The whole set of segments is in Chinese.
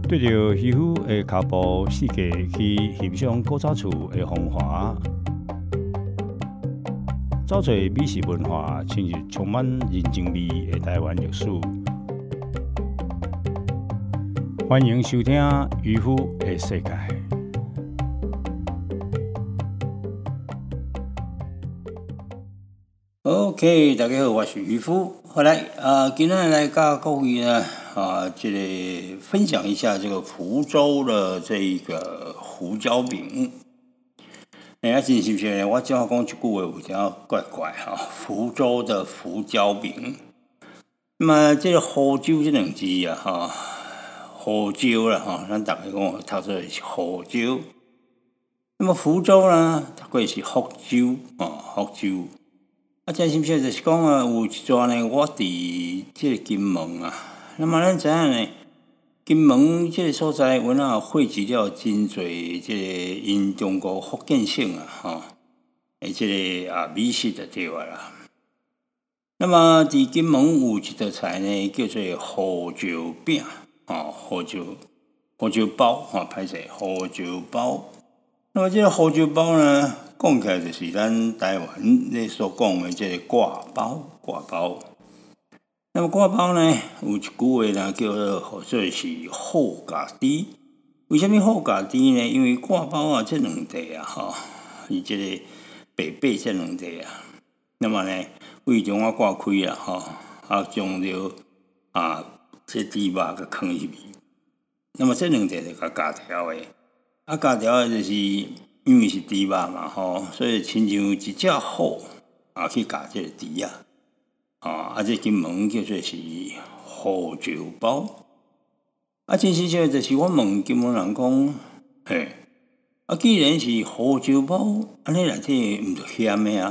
对着渔夫的脚步世界去欣赏古早厝的风华，找找美食文化，深入充满人情味的台湾历史。欢迎收听《渔夫的世界》。OK， 大家好，我是渔夫。好来今天来跟各位呢这个分享一下这个福州的这一个胡椒饼。真是不是呢？我正好讲一句话有点怪怪哈。福州的胡椒饼，那么这个胡椒这两字啊胡椒啦咱大家讲读做是胡椒。那么福州呢，大概是福州福州。真是不是就是讲有一阵呢，我伫这个金门那么咱知影呢，金门这个所在有汇集了真侪这个因中国福建省这个美食就对啦。那么伫金门有一道菜呢，叫做胡椒饼胡椒包歹势胡椒包。那么这个胡椒包呢，讲起来就是咱台湾所讲的这个挂包。那么挂包呢，有一句话呢叫做是好家猪。为什么好家猪呢？因为挂包这两地伊这个北北这两地那么呢，为中央挂开将了这猪肉给放入去。那么这两地就加条的。加条的就是因为是猪肉嘛所以亲像一只虎去加这个猪这金门叫做是胡椒包。真实际就是我问金门人讲，既然是胡椒包，安尼内底毋着咸的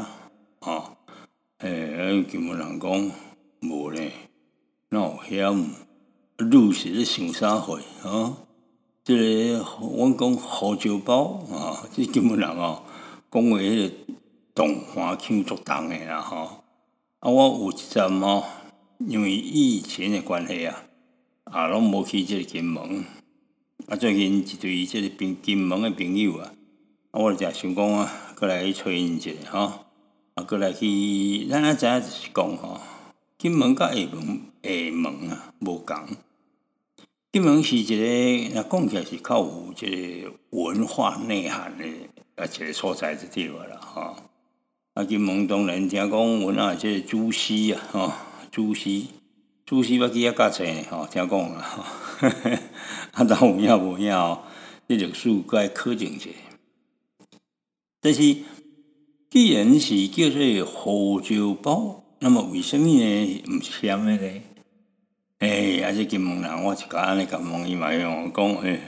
金门人讲无咧，哪有咸？你是咧想啥货这个阮讲胡椒包这金门人讲话迄个动花腔足重的啦我有一阵因为疫情的关系拢无去这个金门最近一对这个金门的朋友我就想讲过来找因一下过来去咱知影就是讲金门甲厦门无同。金门是一个讲起来是较有这个文化内涵的一个所在就对啦金门当然听讲有这个主席主席捌去较济听讲啦但有影无影这历史该考证一下。但是既然是叫做胡椒包，那么为什么呢不是咸的呢？这金门人，我一家安尼甲问伊嘛，伊讲对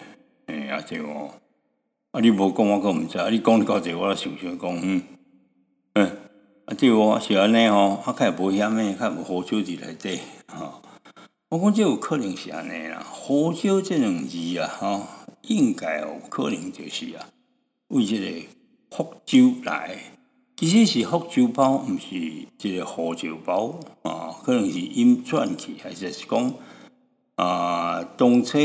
你无讲我阁毋知，你讲到这我想讲对是安尼较会无咸的，较无胡椒伫内底我讲这有可能是安尼啦，胡椒这两字应该有可能就是为这个福州来。其实是福州包，毋是这个胡椒包可能是音转去，还是讲当初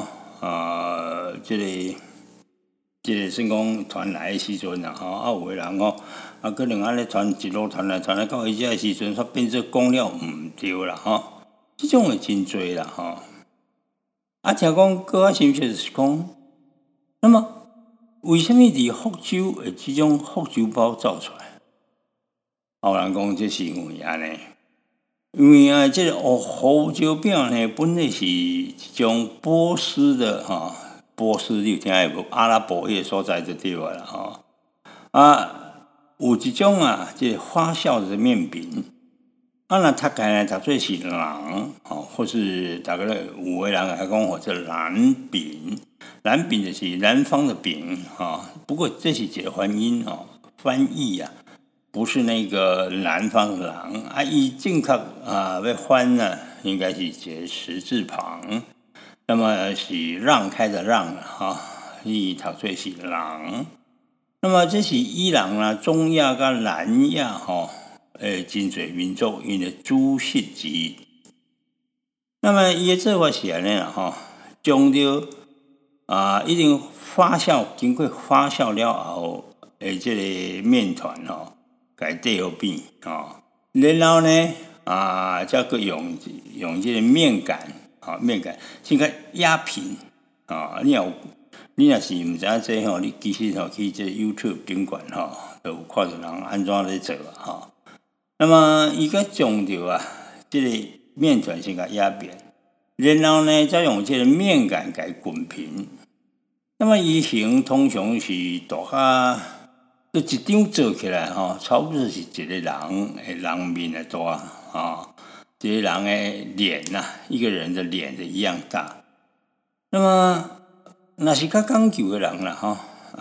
这个算讲传来的时阵有的人可能安尼传一路传来到伊遮的时阵，煞变做讲了毋对啦这种的真多啦听讲搁是毋是就是讲，那么为什么伫福州的这种福州包造出来？有人讲这是因为安尼，因为这个胡椒饼呢，本来是一种波斯的波斯你有听过无？阿拉伯迄个所在就对啦有一种这个发酵的面饼若读起来读做是人或是大概有的人还讲或者蓝饼，蓝饼就是南方的饼不过这是一个翻译不是那个南方的人伊正确要翻应该是一个十字旁，那么是让开的让伊读做是人。那么这是伊朗中亚甲南亚真侪民族因的主食之一。那么伊的做法是安尼将着一定发酵，经过发酵了后，这个面团给缀好变然后呢再个用这个面杆面杆先给压平你若是毋知影这你其实去这 YouTube 顶管就有看到人安怎咧做那么伊个将着这个面团先给压扁，然后呢再用这个面杆给滚平。那么伊形通常是大就一张做起来差不多是一个人面的大一个人的脸一个人的脸的一样大。那么若是较讲究的人啦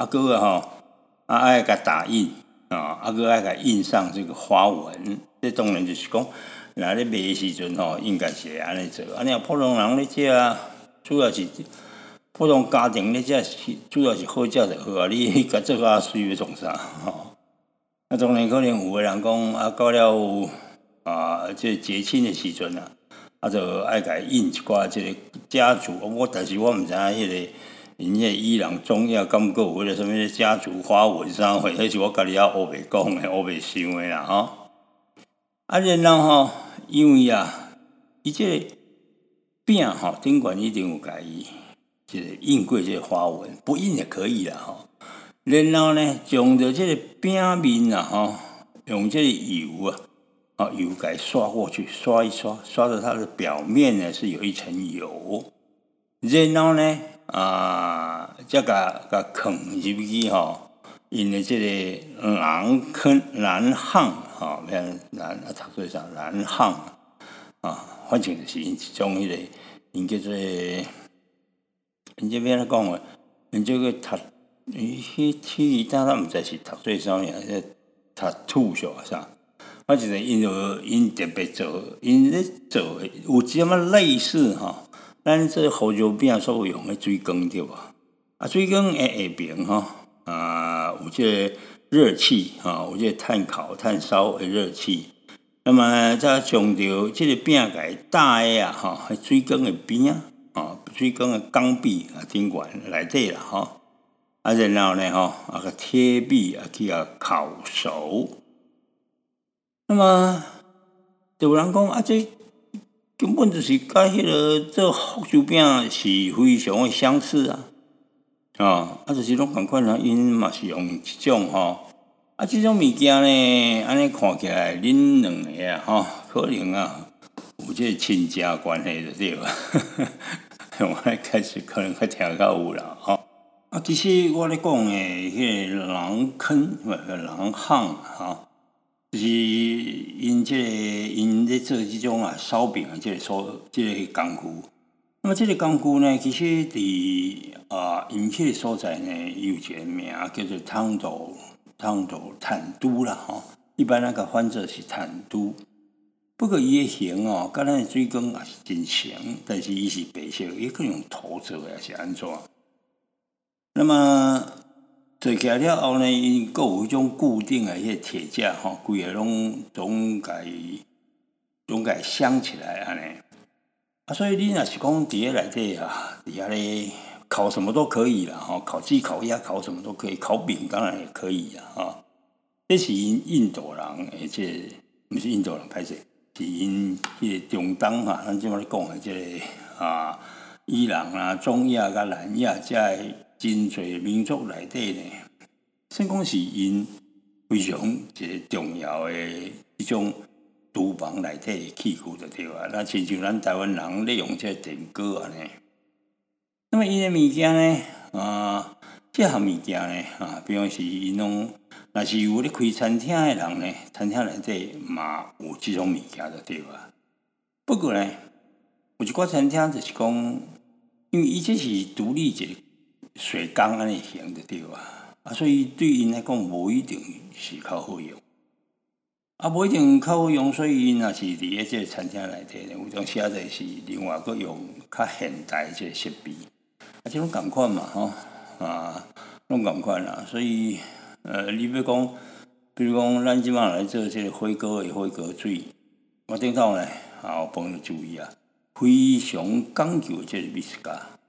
爱甲打印搁爱甲印上这个花纹，这当然就是讲，若咧卖的时阵应该是会安尼做。若普通人咧食，主要是普通家庭咧食，主要是好食就好你甲做水要创啥当然可能有的人讲到了这节庆的时阵就爱甲印一寡这个家族，但是我毋知影迄个。因迄伊朗中药敢有迄个什么家族花纹啥货，迄是我家己学袂讲的，学袂想的啦然后因为伊这个饼顶管一定有甲伊这个印过这个花纹，不印也可以啦然后呢，将着这个饼面用这个油油给刷过去，刷一刷，刷到它的表面呢是有一层油，然后呢再甲放入去因的这个蓝巷读做啥蓝巷反正就是因一种迄个因叫做因这边咧讲话，因这个迄毋知是读做啥物读吐是啥，反正因特别做，因咧做有即么类似咱这胡椒饼所用的水缸对吧？水缸的下边有这个热气有这个炭烧的热气。那么再将着这个饼给搭的水缸的边水缸的缸壁顶管内底啦然后呢个铁壁去烤熟。那么就有人讲这根本就是甲迄个做福州饼是非常的相似就是拢同款因嘛是用一种这种物件呢，安尼看起来恁两个可能有这个亲家关系就对了。我开始可能较听较有啦其实我咧讲的迄个人坑人巷就是因咧做这种烧饼的这个工具。那么这个工具呢，其实因迄个所在呢，有一个名叫做汤斗坦都啦一般那个翻做是坦都。不过伊的形甲咱的水缸也是真像，但是伊是白色，伊可能用土做的，是安怎？那么做起来了后呢，因阁有迄种固定的迄个铁架规个拢总甲镶起来安尼所以你若是讲伫咧内底伫遐咧烤什么都可以啦烤鸡、烤鸭、烤什么都可以，烤饼当然也可以啦这是因印度人这不是印度人歹势，是因迄个中东咱即摆咧讲的这个伊朗中亚甲南亚遮的真侪民族内底呢，算讲是因非常一个重要的一种厨房内底的器具就对那亲像咱台湾人咧用这电锅安尼。那么因的物件呢这项物件呢比方是因拢若是有咧开餐厅的人呢，餐厅内底嘛有这种物件就对不过呢，有一寡餐厅就是讲，因为伊这是独立一个水缸安尼形就对所以对因来讲无一定是较好用无一定较好用，所以因若是伫咧这个餐厅内底呢，有种写的是另外佫用较现代这个设备这种同款嘛拢同款啦。所以你要讲，比如讲咱即摆来做这个火锅的火锅水，我顶头呢有朋友注意非常讲究的这个美食家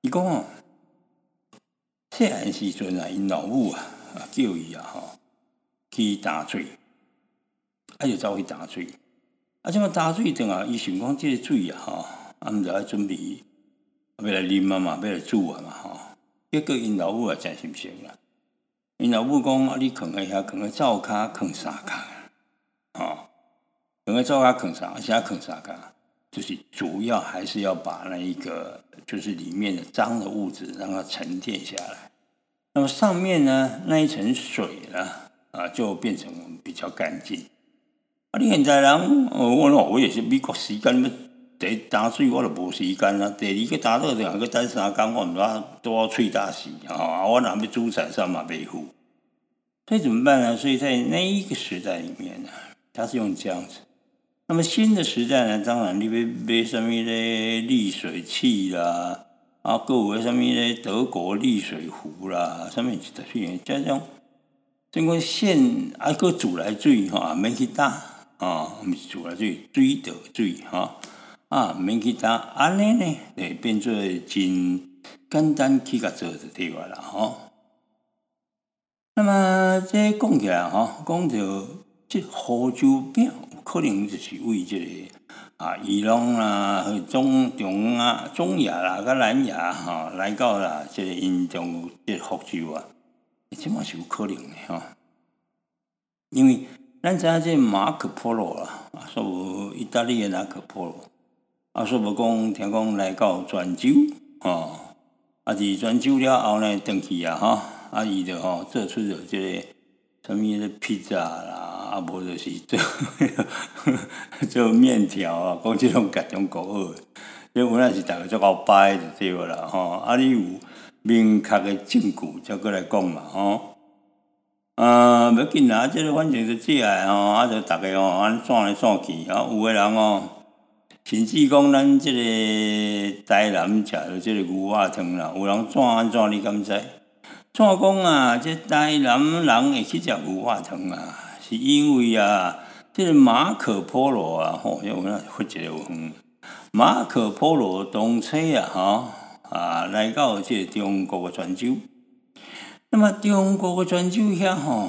伊讲哦，细汉时阵啊，因老母叫伊去打水，就走去打水。即摆打水等伊想讲即个水毋着爱准备要来啉嘛，要来煮嘛结果因老母真心诚啦。因老母讲你囥喺遐，囥喺灶骹囥3工，囥喺灶骹囥3，而且囥3工，就是主要还是要把那一个就是里面的脏的物质让它沉淀下来。那么上面呢那一层水呢就变成比较干净。你现在人，我也是美国时间，第一打水我就无时间啦，第二个打倒去还等3工，我毋知都要喙大死我若要煮菜上嘛袂赴，所以怎么办呢？所以在那一个时代里面呢，它是用这样子。那么新的时代呢，当然你要买什么咧滤水器啦，还有什么咧德国滤水壶啦，什么这种，整个线还煮来水免去打。毋是自来水，水倒水免去打，安尼呢，会变做真简单去甲做就对啦那么这讲起来讲到这胡椒饼，有可能就是为这个伊朗啦、中亚啦、甲南亚来到啦，这个因中这福州这嘛是有可能的因为。咱知影这马可波罗所无意大利的马可波罗所无讲听讲来到泉州伫泉州了后呢，回去伊就做出了这个什么披萨啦，无就是做面条讲这种各种国语，因为有那是大家足够摆就对啦你有明确的证据才过来讲嘛不要紧啦，这个反正就这样就大家安转来转去有的人甚至讲咱这个台南食到这个牛肉汤啦，有人怎安怎你敢知？怎讲这台南人会去食牛肉汤是因为这个马可波罗因为发一个有远，马可波罗东车来到这个中国的泉州。那么中国的泉州遐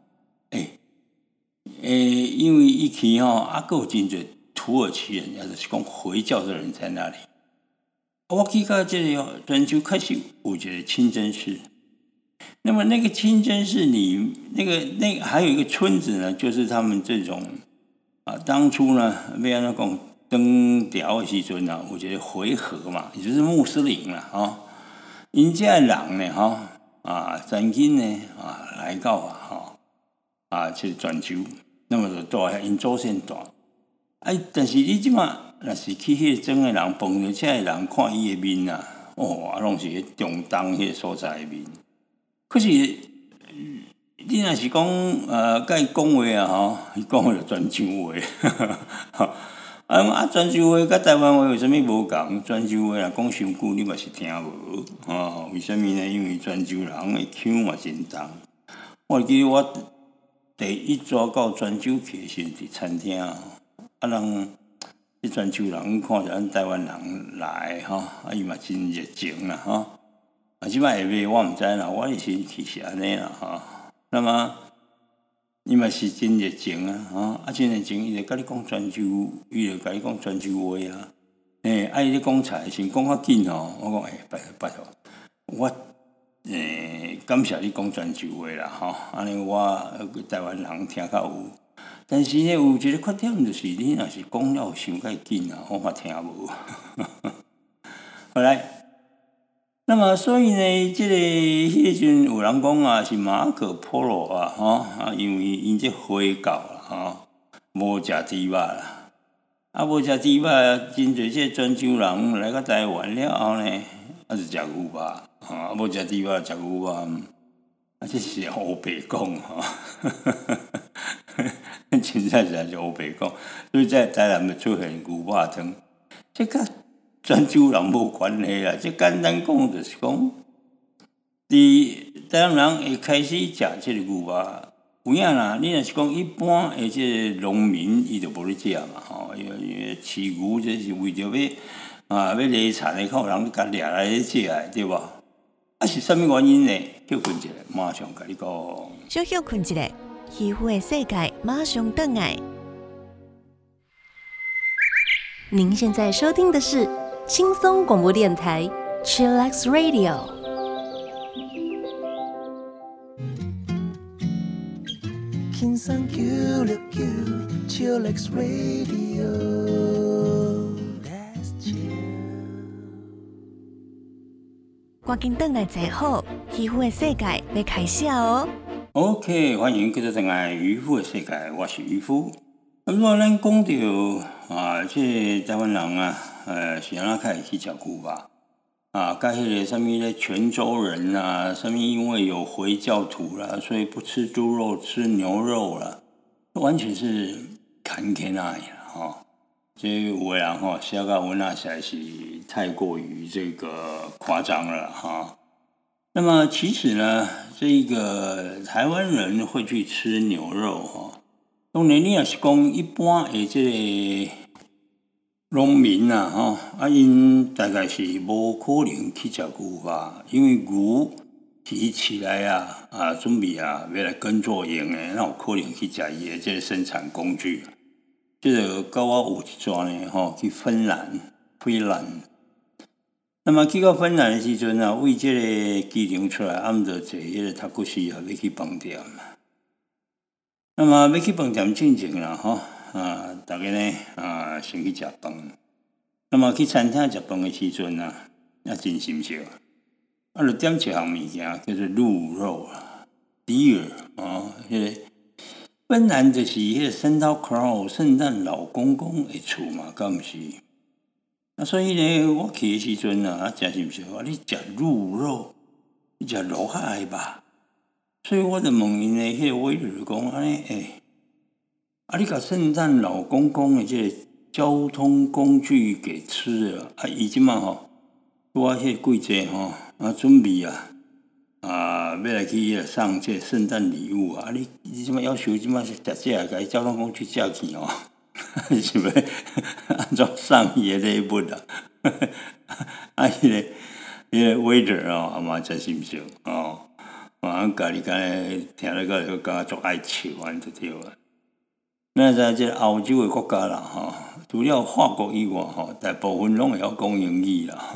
因为伊去还有真侪土耳其人，也就是讲回教的人在那里。我去到这个泉州，开始有一个清真寺。那么那个清真寺里，那个还有一个村子呢，就是他们这种当初呢，要安怎讲登条的时阵有一个回纥嘛，也就是穆斯林啦因这人呢曾经呢来到这泉州，那么就住遐因祖先住。但是你即马若是去迄个庄的人碰到这个人，看伊的面拢是中东迄个所在的面。可是你若是讲甲伊讲话伊讲的就泉州话泉州话甲台湾话有啥物无共？泉州话讲伤久，你嘛是听无为什么呢？因为泉州人的腔嘛真重。我记得我第一早到泉州去是伫餐厅人迄泉州人看着咱台湾人来伊嘛真热情啦即摆下暝我毋知啦，我以前去是安尼啦那么伊嘛是真热情真热情，伊就甲你讲泉州，伊就甲你讲泉州话伊咧讲菜先讲较紧我讲拜托，我感谢你讲泉州话啦安尼我台湾人听较有。但是呢，有一个缺点就是，你若是讲了伤介紧我嘛听无。好来，那么所以呢，这个迄阵有人讲是马可波罗因为因这回教无食猪肉啦，无食猪肉，真侪这泉州人来到台湾了后呢，就食牛肉无食猪肉食牛肉，这是黑白讲真正是黑白讲，所以在台南就出现牛肉汤，这甲泉州人无关系啦。这简单讲就是讲，台南人会开始食这个牛肉，有影啦。你若是讲一般这个农民，伊就无咧食嘛因为饲牛这是为着要犁田的，靠人甲掠来食的，对吧？是啥物原因呢？休困一下，马上甲你讲。 小休困一下，渔夫的世界马上回来。您现在收听的是轻松广播电台 Chillax Radio。 轻松969 Chillax Radio。That's chill。 赶紧回来坐好，渔夫的世界要开始哦。 OK， 欢迎继续回来渔夫的世界，我是渔夫。如果咱讲到这台湾人啊，是安怎开始去食牛肉啊？甲迄个什么咧泉州人啊，什么因为有回教徒啦，所以不吃猪肉，吃牛肉啦，完全是看天啊哈。所以有的人哈写到文啊实在是太过于这个夸张了哈。那么其实呢，这个台湾人会去吃牛肉哈，当然你也是讲一般的这个农民啊因大概是无可能去食牛肉，因为牛是起来准备要来耕作用的，那有可能去食伊的这个生产工具。这个跟我有一转呢去芬兰。那么去到芬兰的时阵啊，为这个机场出来，暗着坐迄个塔克西要去饭店。那么要去饭店进前啦大家呢先去食饭。那么去餐厅食饭的时阵啊，真心笑。就点一项物件叫做鹿肉，deer 迄个芬兰就是迄个圣诞老圣诞老公公的厝嘛，敢毋是？所以呢，我去的时阵真心笑，你食鹿肉，你食鹿海吧？所以我就问因的迄个waiter讲安尼，你甲圣诞老公公的这个交通工具给吃了伊即马我迄个季节准备要来去送这圣诞礼物你即马要求即马是食这个交通工具借去是要安怎送伊的礼物迄个waiter 嘛真心笑家己听了个就感觉足爱笑安就对了。那在这欧洲的国家啦除了法国以外大部分拢会晓讲英语啦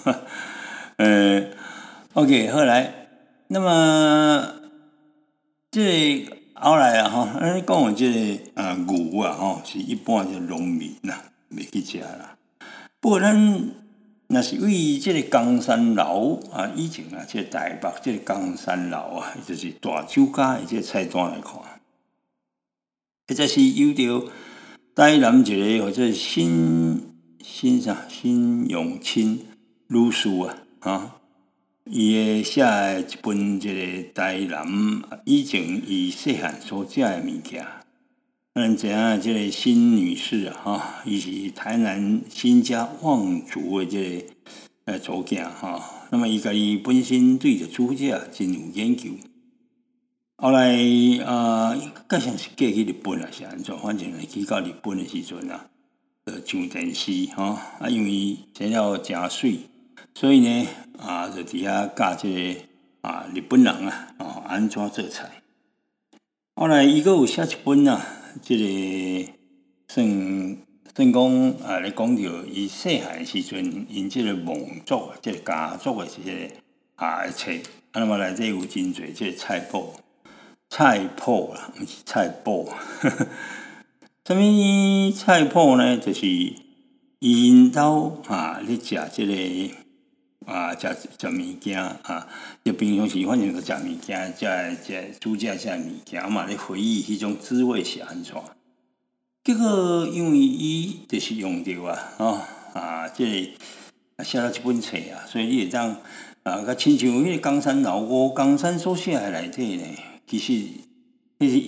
OK 好来，那么这后来咱讲的这个牛是一般的农民袂去食啦。不过咱若是为这个冈山楼以前这个台北这个冈山楼就是大酒家的这个菜单来看，或者是有着台南一个或者辛永清女士伊的写的一本这个台南以前伊细汉所食的物件。咱知影这个辛女士伊是台南辛家望族的这个祖囝那么伊家己本身对着煮食真有研究。后来介绍是嫁去日本是安怎？反正去到日本的时阵就上电视因为生了真水，所以呢就伫遐教这个日本人安怎做菜。后来伊阁有写一本这个算讲咧讲到伊细汉的时阵，因这个蒙族这个家族的这个册，那么内底有真侪这个菜谱啦，毋是菜谱。什么菜谱呢？就是因兜咧食这个食物件就平常时反正就食物件，食煮食这物件嘛，咧回忆迄种滋味是安怎？结果因为伊就是用着这个写了一本册所以你会当较亲像迄个冈山老五冈山所写的内底呢，其实迄是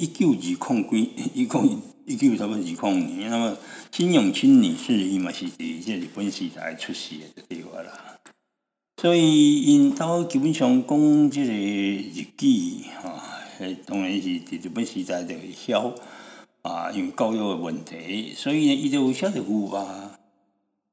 19差不多20年，那么辛永清女士伊嘛是伫这日本时代出世的就对啦。所以因兜基本上讲这个日记当然是伫日本时代就会晓因为教育的问题，所以呢伊就有写着牛肉。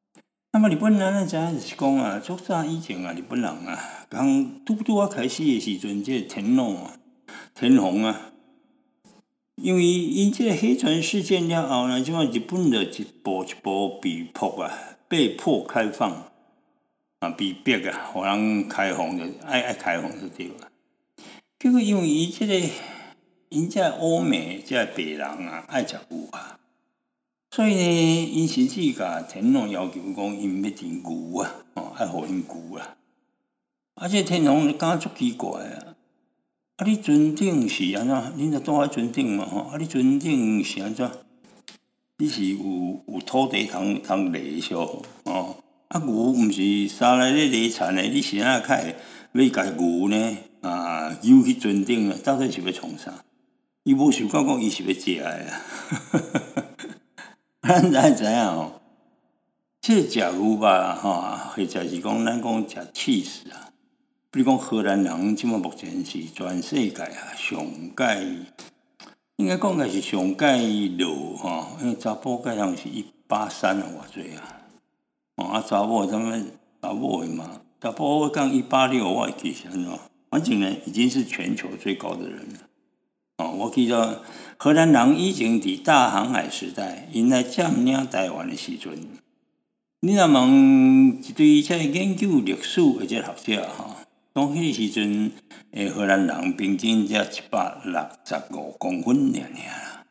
那么日本人知影就是讲啊，足早以前啊，日本人啊，刚拄啊开始的时阵，这个天皇啊，因为因这个黑船事件了后呢，即马日本就一步一步被迫开放啊，被逼啊，互人开放就爱开放就对了。结果因为因这欧美这白人啊爱食牛啊。所以呢，因甚至甲天皇要求讲，因要订牛啊，爱互因牛啦。这天皇感觉足奇怪啊！你尊顶是安怎？恁着住喺尊顶嘛？你尊顶是安怎？你是有土地通犁烧牛毋是三来咧犁田的，你是安怎开要甲牛呢？游去尊顶啊？到底是要创啥？伊无想讲伊是要食的啊！咱知影哦，这食牛吧，或者是讲咱讲食气势啊。比如讲荷兰人，即目前是全世界啊上界，应该讲是上界老因为查甫界人是183啊，偌济啊，查某他们查某的嘛，查甫讲186，我会记是安怎？反正呢，已经是全球最高的人了。我记得荷兰人以前伫大航海时代，因来占领台湾的时阵，你若问一堆这研究历史的这学者讲迄个时阵，荷兰人平均才165公分尔啦，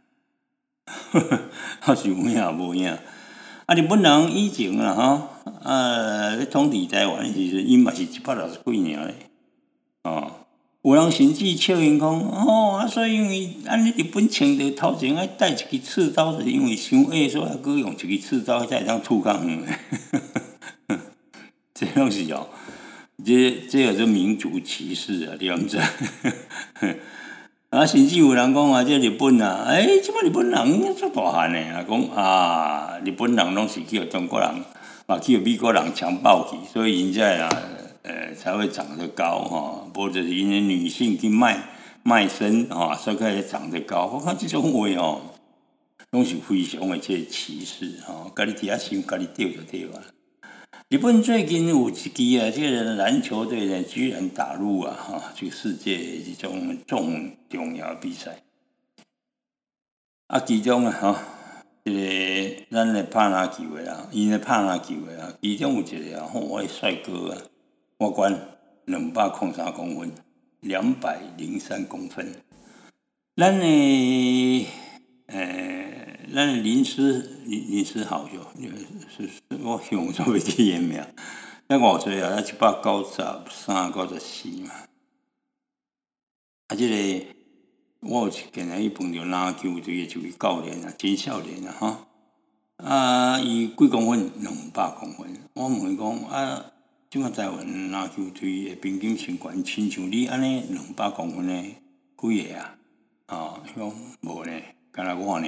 是有影无影？日本人以前咧统治台湾的时阵，因嘛是160几尔咧，有人甚至笑因讲，所以因为日本清朝头前爱带一支刺刀，就是因为伤矮，所以佫用一支刺刀才会当吐较远的。这拢是这叫做民族歧视啊，你毋知？甚至有人讲这日本即摆日本人足大汉的讲日本人拢是去中国人，去美国人强暴去，所以因才会长得高或者是因为女性去卖身所以才长得高。我看这种话拢是非常的这歧视家己伫遐想，家己对就对了。日本最近有一支这个篮球队呢，居然打入这个世界这种重要比赛其中这个咱的拍篮球的因的拍篮球的其中有一个我的帅哥我管203公分，203公分。咱的林思豪是我想做袂记伊名，咱偌济咱193、94嘛。这个我有今日去碰到篮球队的一位教练真少年伊几公分？200公分。我问伊讲即摆台湾篮球队的平均身高亲像你安尼200公分的几个伊讲无呢，敢若我尔。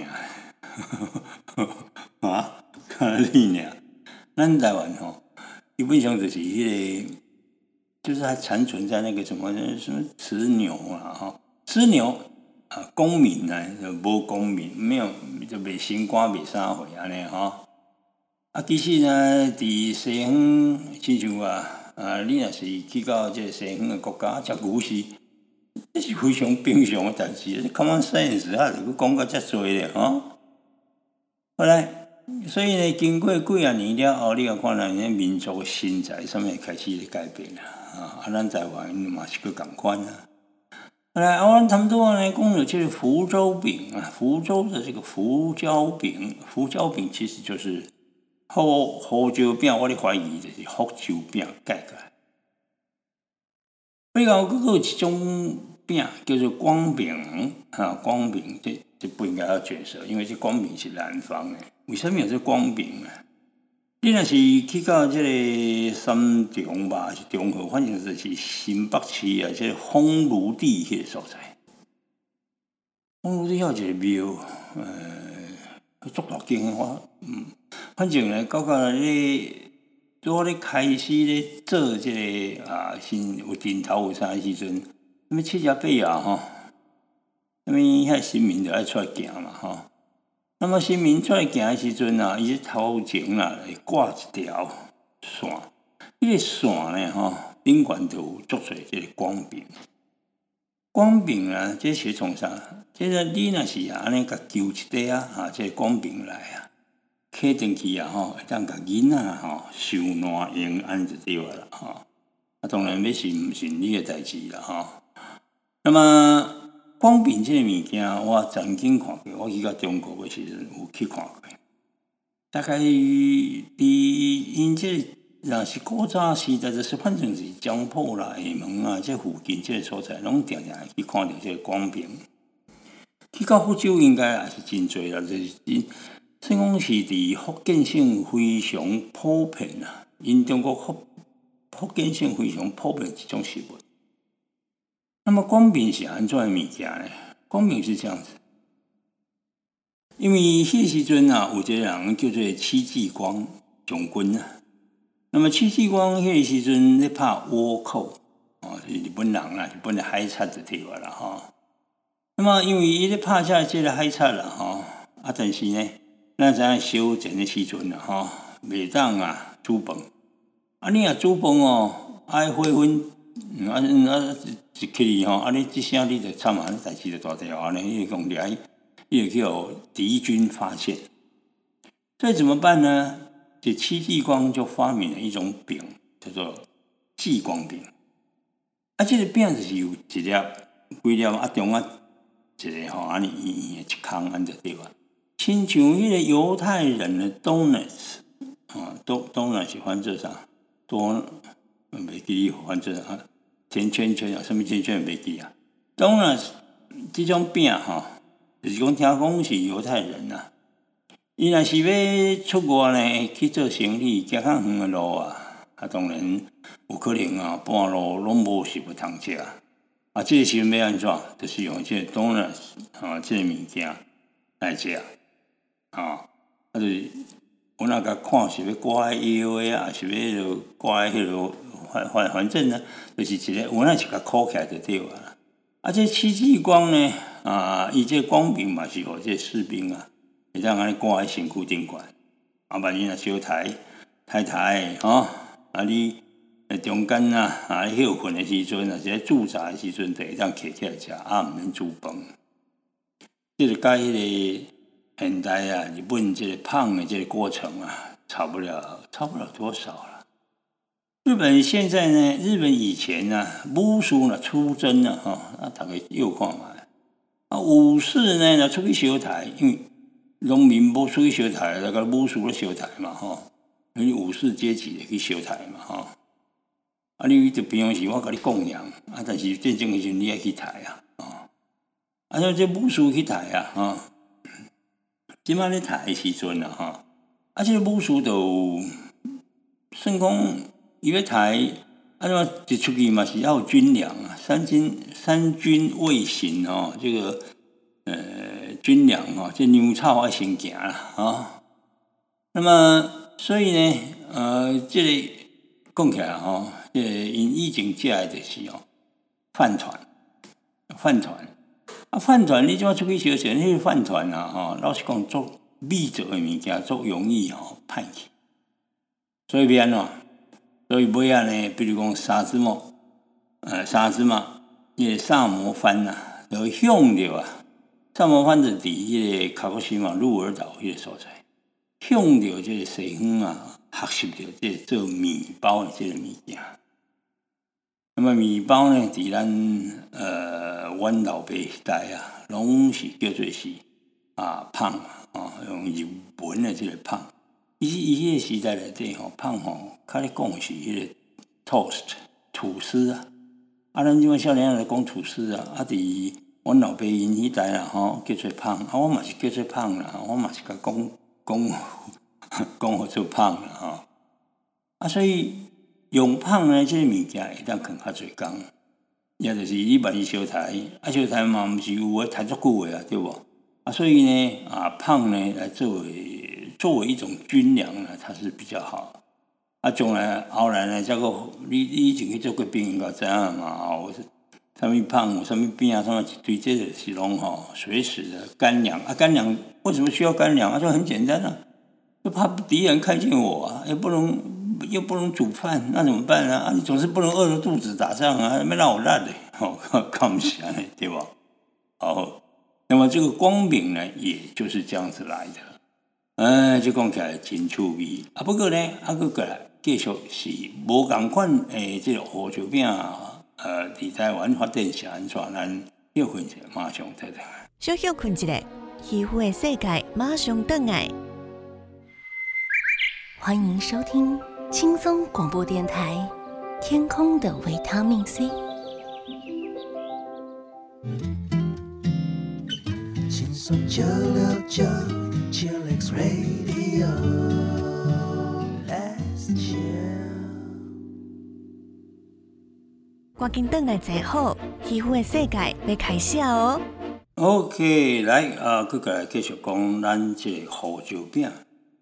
敢若你尔。咱台湾基本上就是就是还残存在那个什么雌牛雌牛公民就无公民，没有就袂升官袂啥货安尼其实呢，伫西方，亲像你若是去到这西方的国家，食牛这是非常平常的代志。common sense 就讲到遮多咧后来，所以呢，经过几啊年了后，你也看咱民族的身材上面开始改变啦咱台湾嘛是佫同款后来，阮差不多呢讲到这个福州饼福州的这个福椒饼其实就是胡椒饼，我咧怀疑就是福州饼改过来。比较佫有一种饼叫做光饼光饼这不应该要卷舌，因为这光饼是南方的。为什么有这光饼你若是去到这个三重吧，还是中和，反正就是新北市这个丰庐地迄个所在。丰庐地遐有一个庙，足大间反正呢，到我咧开始咧做这个新有顶头有啥时阵，什么七家八呀什么遐新民就爱出来行嘛那么新民出来行的时阵啊，伊头前啦会挂一条线，迄个线呢顶悬就有足侪即个光柄。光柄啊，这是从啥？这个你若是安尼甲揪一块啊，这个光柄来啊，摕进去啊会当甲囡仔受暖用安就对了啦当然要是毋是你的代志啦那么光柄这个物件，我曾经看过，我去到中国的时阵有去看过。大概因这若是古早时代，就是反正是江浦啦、厦门啊，这附近这个所在，拢常常去看到这个光柄。去到福州应该也是真侪啦，就是算讲是伫福建省非常普遍啦。因中国福建省非常普遍这种食物。那么光柄是安怎的物件呢？光柄是这样子，因为迄个时阵啊，有一个人叫做戚继光将军啊。那么戚继光迄个时阵咧拍倭寇是日本人啦，日本的海贼就对啦那么因为伊咧拍下这个海贼啦但是呢，咱知影小战的时阵啦袂当啊煮饭。你若煮饭爱火粉一起你你这声你就惨啊，代志就大条啊！你讲掠，伊就叫敌军发现，所以怎么办呢？这戚继光就发明了一种饼，叫做继光饼。这个饼就是有一粒规粒中一个安尼圆圆的一空安就对了。亲像迄个犹太人的 donuts donuts 是翻做啥？多袂记翻做啥？甜圈圈什么甜圈袂记啊？当然，这种饼就是讲听讲是犹太人啊。伊若是要出国呢，去做生意，行较远的路当然有可能半路拢无食物通食这个时阵要安怎？就是用这个 donuts 这个物件来食就是我那个看是要挂腰的啊，是要挂迄个。反正呢，就是一个有那是甲箍起来就对了。这戚继光呢，伊这光柄嘛是互这士兵会当安尼挂在身躯顶悬。万一若小太你中间休困的时阵，或者驻扎的时阵，就会当摕起来食，毋免煮饭。这就甲迄个现代日本这个胖的这个过程差不了多少了。日本现在呢，日本以前武术出征大家又看嘛。武士呢，出去烧台，因为农民无出去烧台，那个武士咧烧台嘛因为武士阶级去烧台嘛你就平常时我甲你供养但是战争时阵你爱去台像这武士去台即摆咧台的时阵这个武士就算讲。伊要台，一出去嘛是要有军粮三军未行这个军粮这粮草要先行啦那么所以呢这个讲起来这个因以前食的就是饭团饭团你即摆出去烧钱，迄个饭团老实讲做米做的物件做容易歹去，所以要安怎？所以尾仔呢，比如讲沙子嘛，伊个萨摩藩就向着萨摩藩就伫迄个卡古西马鹿儿岛迄个所在，向着这个西方学习着这个做面包的这个物件。那么面包呢，伫咱阮老爸时代拢是叫做是胖用日文的这个胖。伊迄个时代内底胖较咧讲是迄个 toast 吐司咱即摆少年仔来讲吐司伫阮老爸因迄代叫做胖我嘛是叫做胖啦我嘛是甲讲做胖啦所以用胖呢这个物件会当囥较侪工，也就是你万一烧台烧台嘛毋是有诶台足久诶对无所以呢胖呢来作为一种军粮呢，它是比较好。将来后来呢，这个你以前去做过兵，应该知影嘛。 什么胖有什么病啊，什么一堆，这个是拢随时的干粮啊。干粮为什么需要干粮啊？就很简单啊，就怕敌人看见我啊，又不能煮饭，那怎么办呢？啊，你总是不能饿着肚子打仗啊，没让我烂的，看不起来，对吧？好，那么这个光饼呢，也就是这样子来的。这讲起来真趣味啊。不过呢，佫过来继续是无共款这个胡椒饼伫台湾发展是安怎？咱休困一下，马上再来。 小休困一下，渔夫的世界马上回来。欢迎收听轻松广播电台《天空的维他命 C》。 轻松969 Chillax Radio Let's chill 赶紧回来坐好，渔夫的世界要开始哦。 OK， 来佫过来继续讲咱这个胡椒饼。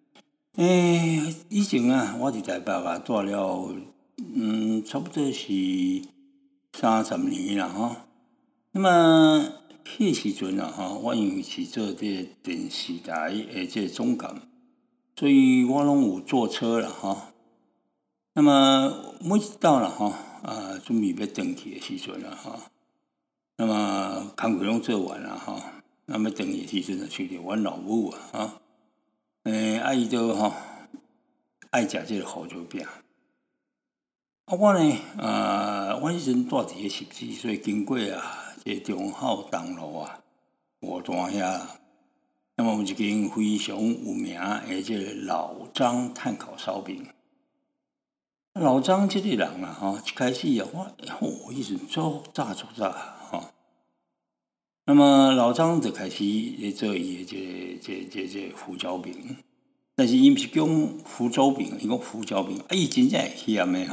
以前我伫台北住了，差不多是30年啦那么迄时阵我因为是做这个电视台的这个总监，所以我拢有坐车啦那么每次到了准备要回去的时阵那么工作拢做完了那么回去的时阵就去着阮老母伊就爱食这个胡椒饼。我呢我迄阵住伫个14岁，经过这个忠孝东路五段遐，那么有一间非常有名的这个老张炭烤烧饼。老张这个人一开始我迄阵做早那么老张就开始做伊的这胡椒饼，但是伊毋是讲福州饼，伊讲胡椒饼，伊真正会咸的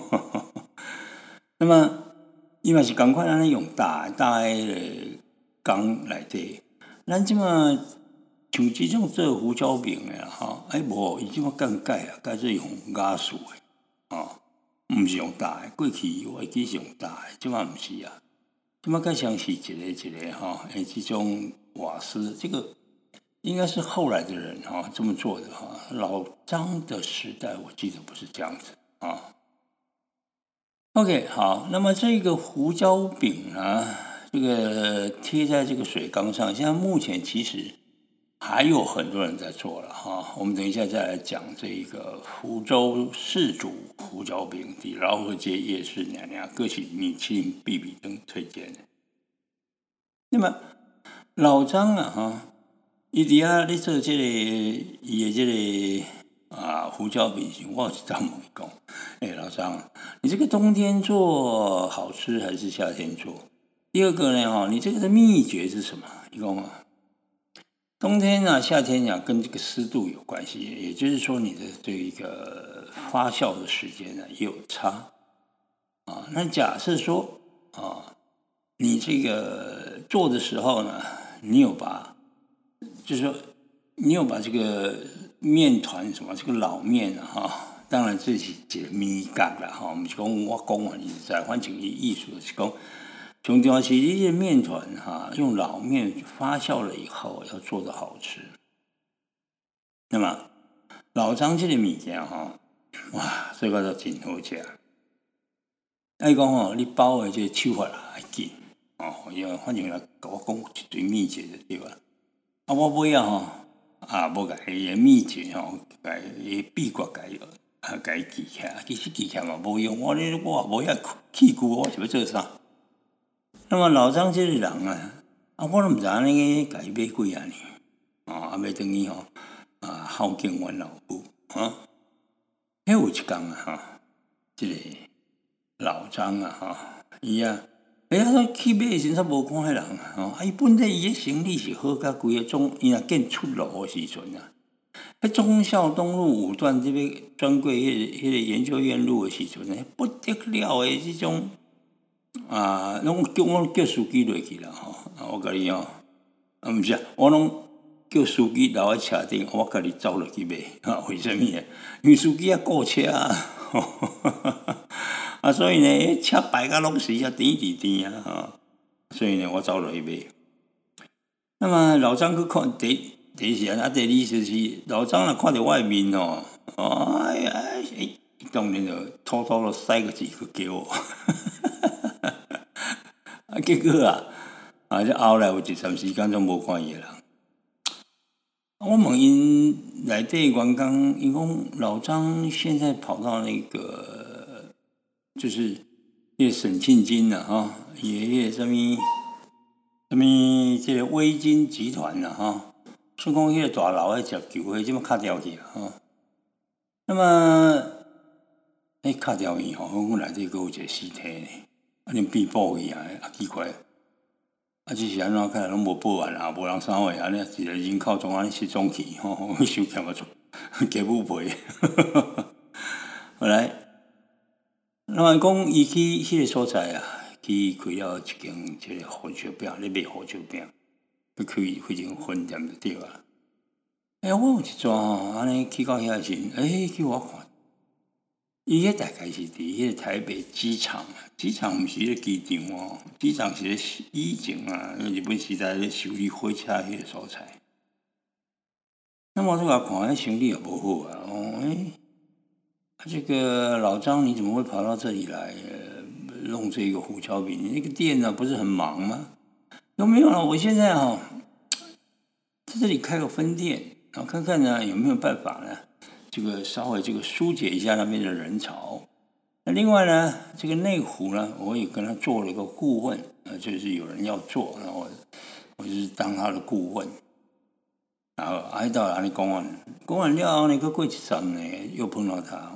那么伊嘛是同款安尼用大的缸内底，咱即马像即种做胡椒饼的无，伊即马改做用瓦斯的毋是用大的。过去我会记是用大的，即马毋是即马较像是一个这种瓦斯，这个应该是后来的人这么做的老张的时代我记得不是这样子OK， 好，那么这个胡椒饼呢，这个贴在这个水缸上，现在目前其实还有很多人在做了我们等一下再来讲这个福州市主胡椒饼，伫老河街夜市各是米其林必比登推荐的。那么老张伊伫遐咧做这个伊的这个胡椒饼时，我有一张问伊讲，老张，你这个冬天做好吃还是夏天做？第二个呢你这个的秘诀是什么？伊讲冬天夏天跟这个湿度有关系，也就是说你的这个发酵的时间也有差那假设说你这个做的时候呢，你有把就是说你有把这个面团什么这个老面当然这是一个美感啦毋是讲我讲完你知，反正意思就是讲重要是你的面团用老面发酵了以后要做得好吃。那么老张这个物件哇，这个就真好吃。伊讲你包的这个手法会紧反正来跟我讲一堆秘诀就对了。我尾无甲伊的秘诀甲伊秘诀甲伊记起来，其实记起来嘛无用，我也无遐器具，我是要做啥？那么老张这个人我都毋知安尼甲伊买几啊年要等于孝敬阮老母迄有一天这个老张伊去买的时阵无看迄人伊本来伊的生理是好甲规个种，伊若见出路的时阵迄忠孝东路5段这边转过迄个研究院路的时阵不得了的这种拢叫司机落去啦我甲你毋是我拢叫司机留喺车顶，我甲你走落去买为什么呢？因为司机顾车所以呢，车摆甲拢是遐甜甜甜啊，所以呢，我走落去买。那么老张去看第一时间，第二就是老张若看到我的面哦，当然就偷偷的塞个几个给我，结果这后来有一段时间都无看伊啦。我问因内底员工，因讲老张现在跑到那个就是那沈庆金啦也什么这个微金集团啦算讲迄个大楼迄只球迄即么卡掉去那么卡掉去阮内底阁有一个尸体呢，连被捕去奇怪。这是安怎？看来拢无报案无人啥话安尼，一个人口中安尼失踪去收欠啊，加不赔。后来，那么讲伊去迄个所在去开了一间这个火烧饼，咧卖火烧饼，去开一间分店就对啊。我有一桩安尼去到遐时，叫我看。伊迄大概是伫迄个台北机场，机场毋是迄个机场机场是咧以前日本时代咧修理火车迄个所在。那么我甲看，生意也无好这个老张你怎么会跑到这里来弄这个胡椒饼？那个店不是很忙吗？有没有我现在在这里开个分店，然后看看有没有办法呢？这个稍微疏解一下那边的人潮。那另外呢，这个内湖呢，我也跟他做了一个顾问，就是有人要做，然后我就是当他的顾问。然后到安尼讲完了后呢，过一阵呢，又碰到他，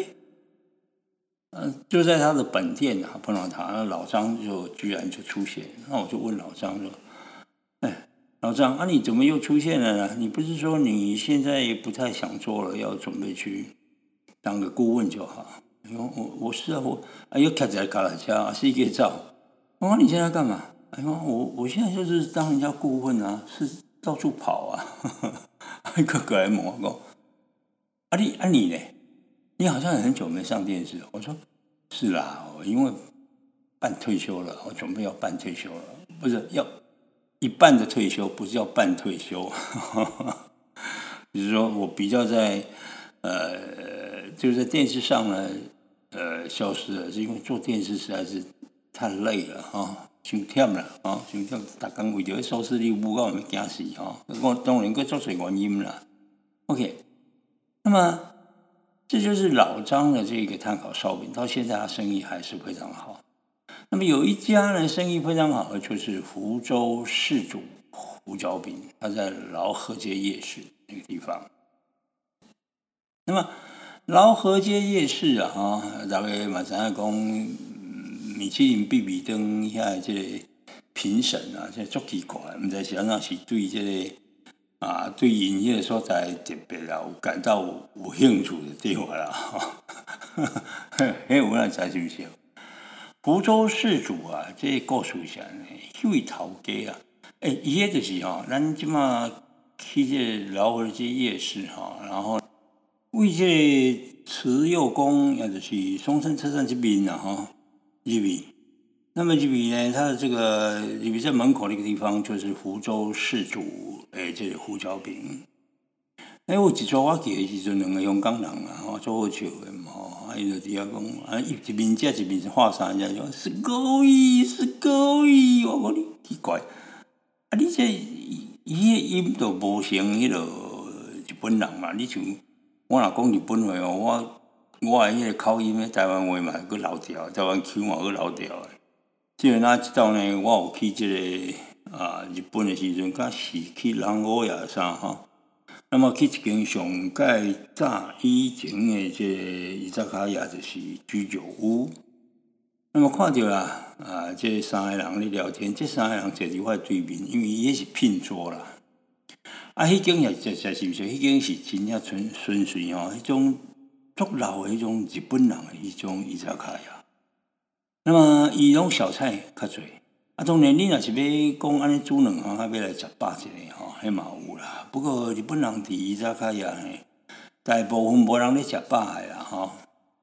就在他的本店碰到他，那老张居然就出现，那我就问老张说。老张你怎么又出现了呢？你不是说你现在不太想做了，要准备去当个顾问就好？我是我又开在卡拉家是一个照。我说你现在干嘛？我现在就是当人家顾问是到处跑一个个来问我讲，你呢？你好像很久没上电视。我说是啦，我因为办退休了，我准备要办退休了，不是要。一半的退休，不是叫半退休，就是说我比较在就是在电视上呢消失了，是因为做电视实在是太累了太忝了太忝，大家为着收视率不高，我惊死我当然个做些原因啦。OK， 那么这就是老张的这个炭烤烧饼，到现在他生意还是非常好。那么有一家呢，生意非常好的就是福州市主胡椒饼，它在劳合街夜市那个地方。那么劳合街夜市大家嘛知影讲，米其林必比登遐这个评审这足奇怪，唔知是安怎是对这个对因迄个所在特别有感到有兴趣的对话啦。有哪知是不是？福州市主这个故事是安尼，迄位头家伊迄就是咱即马去这劳合街夜市然后为这个慈幼宫，也就是松山车站这边入面。那么入面呢，它的这个入面在门口那个地方就是福州市主这个胡椒饼。有一撮我去的时阵，两个香港人做好笑的嘛伊就伫遐讲一面接一面是画啥人家是故意，我讲你奇怪你这伊的音都无像迄个日本人嘛，你像我若讲日本话我的迄个口音台湾话嘛佫老调，台湾腔嘛佫老调的。即个即道呢，我有去即个日本的时阵，甲是去人乌也啥那么去一间上盖早以前的这个伊扎卡亚就是居酒屋。那么看到这三个人咧聊天，这三个人坐伫我对面，因为伊是拼桌啦。迄间也是毋是？迄间是真正纯粹迄种足老的迄种日本人的迄种伊扎卡亚。那么伊拢小菜较侪。当然，你若是要讲安尼煮两行，要来食饱一个迄嘛有啦。不过日本人伫伊扎卡亚大部分无人咧食饱的啦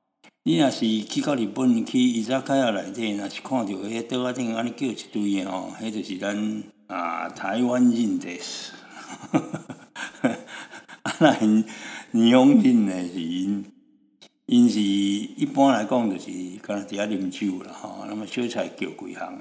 你若是去到日本去伊扎卡亚内底，若是看到迄桌仔顶安尼叫一堆的吼，迄就是咱台湾人的事。那日本人呢是因是一般来讲就是敢若伫遐啉酒啦吼，那么小菜叫几项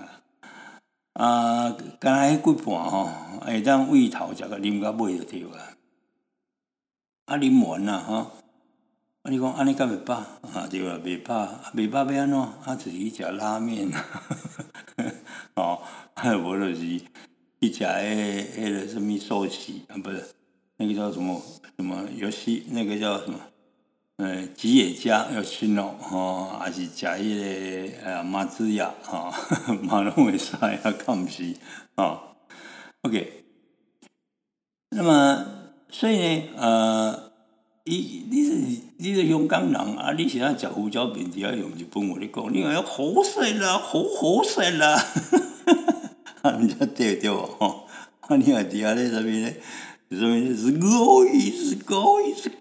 敢若迄几盘吼，会当胃头食甲啉到尾就对啊。啉完啦吼。你讲安尼敢袂饱？对啦，袂饱，袂饱要安怎？就是去食拉面，哦，无就是去食迄个什么寿司不是，那个叫什么游戏，那个叫什么？吉野家要吃哦，还是食迄个马自亚嘛拢会使敢毋是？OK， 那么所以呢，你是香港人你是爱食胡椒饼，就要用日本话咧讲，你讲好食啦，好食啦，毋才对吼。你若伫遐咧啥物咧？什么是ごい好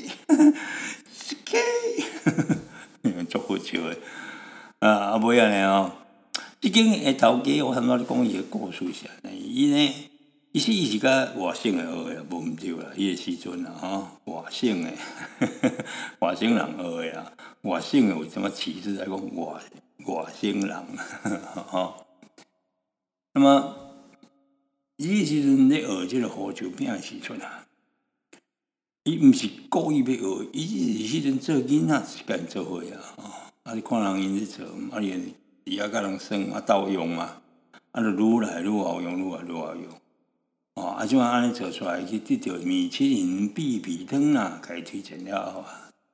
き，足好笑诶。尾安尼哦，即间诶头家我通咧讲伊诶故事是安尼，伊是甲外省诶学诶，无毋对啦。迄个时阵外省诶，外省人学诶啦。外省诶为什么歧视来讲外省人？那么伊个时阵咧学即个胡椒饼诶时阵伊毋是故意要学，伊是时阵做囡仔是甲因做伙你看人因咧做，伊伫遐甲人耍斗用嘛，就愈来愈好用，愈来愈好用。即摆安尼做出来，去得到米其林必比登啦，甲伊推荐了后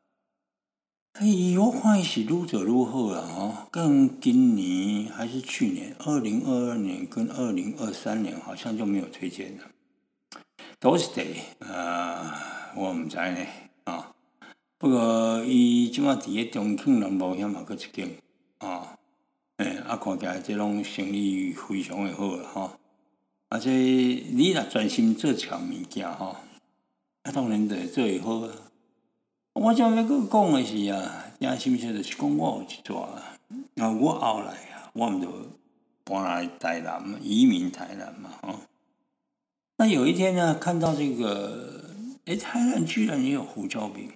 我看伊是愈做愈好啦跟今年还是去年2022年跟2023年好像就没有推荐了。都是我毋知呢不过伊即摆伫咧中庆南路遐嘛，佫一间看起来即拢生意非常的好啦这你若专心做强物件当然就会做会好我即摆要佫讲的是真心实就是讲我有一撮我后来我毋就搬来台南，移民台南嘛那有一天呢，看到这个，台南居然也有胡椒饼，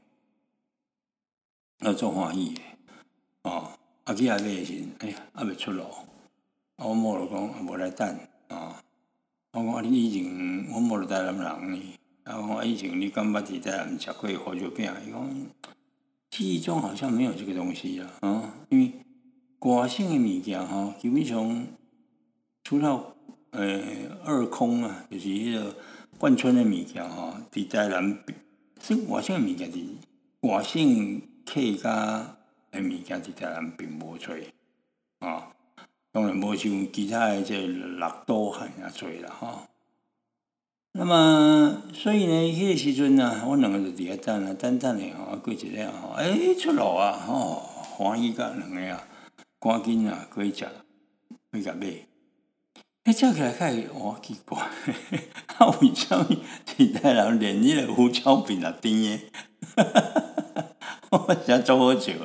做欢喜的去买的时候，未出炉，我某就讲无来等我讲你以前我某就台南人呢，讲以前你敢捌伫台南食过胡椒饼？伊讲记忆中好像没有这个东西啦因为外省的物件基本上除了二空就是迄个贯穿的物件伫台南，外省的物件伫外省客家的物件伫台南并无多当然无像其他的这六都汉多啦那么所以呢，迄个时阵我两个就伫遐等的过一日出炉欢喜甲两个赶紧过去食，去甲买。食起来较会奇怪，为什么伫台南连迄个胡椒饼也甜的？我真足好笑。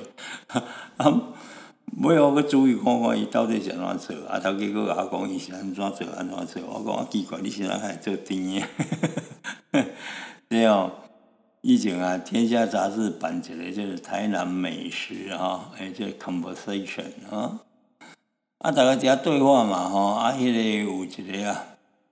尾我阁注意看伊到底是安怎做，头家阁甲我讲伊是安怎做。我讲奇怪，你是哪会做甜的？对以前天下杂志办一个就是台南美食这 conversation大家伫遐对话嘛迄个有一个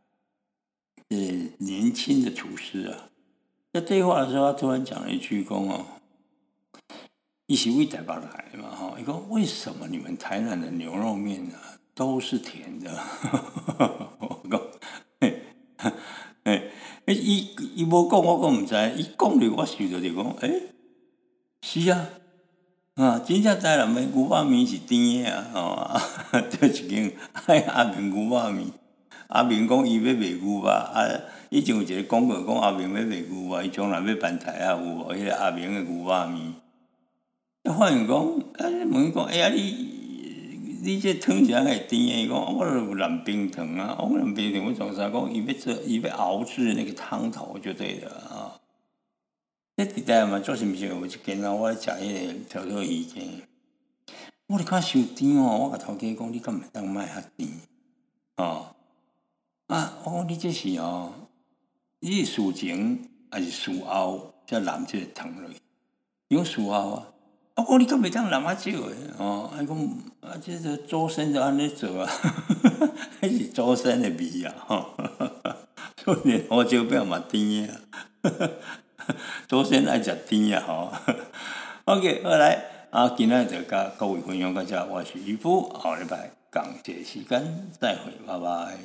年轻的厨师在对话的时候，他突然讲了一句讲伊是为台北来的嘛伊讲为什么你们台南的牛肉面都是甜的？我讲伊无讲我阁毋知，伊讲着我想着就讲是真正台南的牛肉面是甜的就一间阿明牛肉面，阿明讲伊要卖牛肉以前有一个广告讲阿明要卖牛肉，伊将来要办台有无？迄个阿明的牛肉面，发现讲问伊讲你这汤是安会甜的？伊讲我有蓝冰糖我蓝冰糖我从啥讲伊要熬制那个汤头就对了在伫台嘛，做甚物事？有一间啊，我食迄个条条鱼羹，我咧看伤甜哦。我甲头家讲，你敢袂当卖较甜？哦，啊，我讲你这是哦，你是事前还是事后才淋这个糖落去？伊讲事后啊。我讲你敢袂当淋啊少诶？哦，伊讲啊，这个周身就安尼做啊，迄是周身的味啊，吼。所以胡椒饼嘛甜啊，周身爱食甜啊，吼。OK， 好来啊，今仔就甲各位分享到这，我是渔夫，后礼拜同一时间再会，拜拜。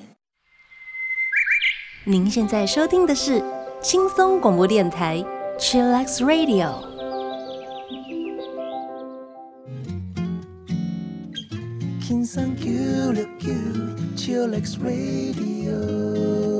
您现在收听的是轻松广播电台 Chillax Radio。 轻松969 Chillax Radio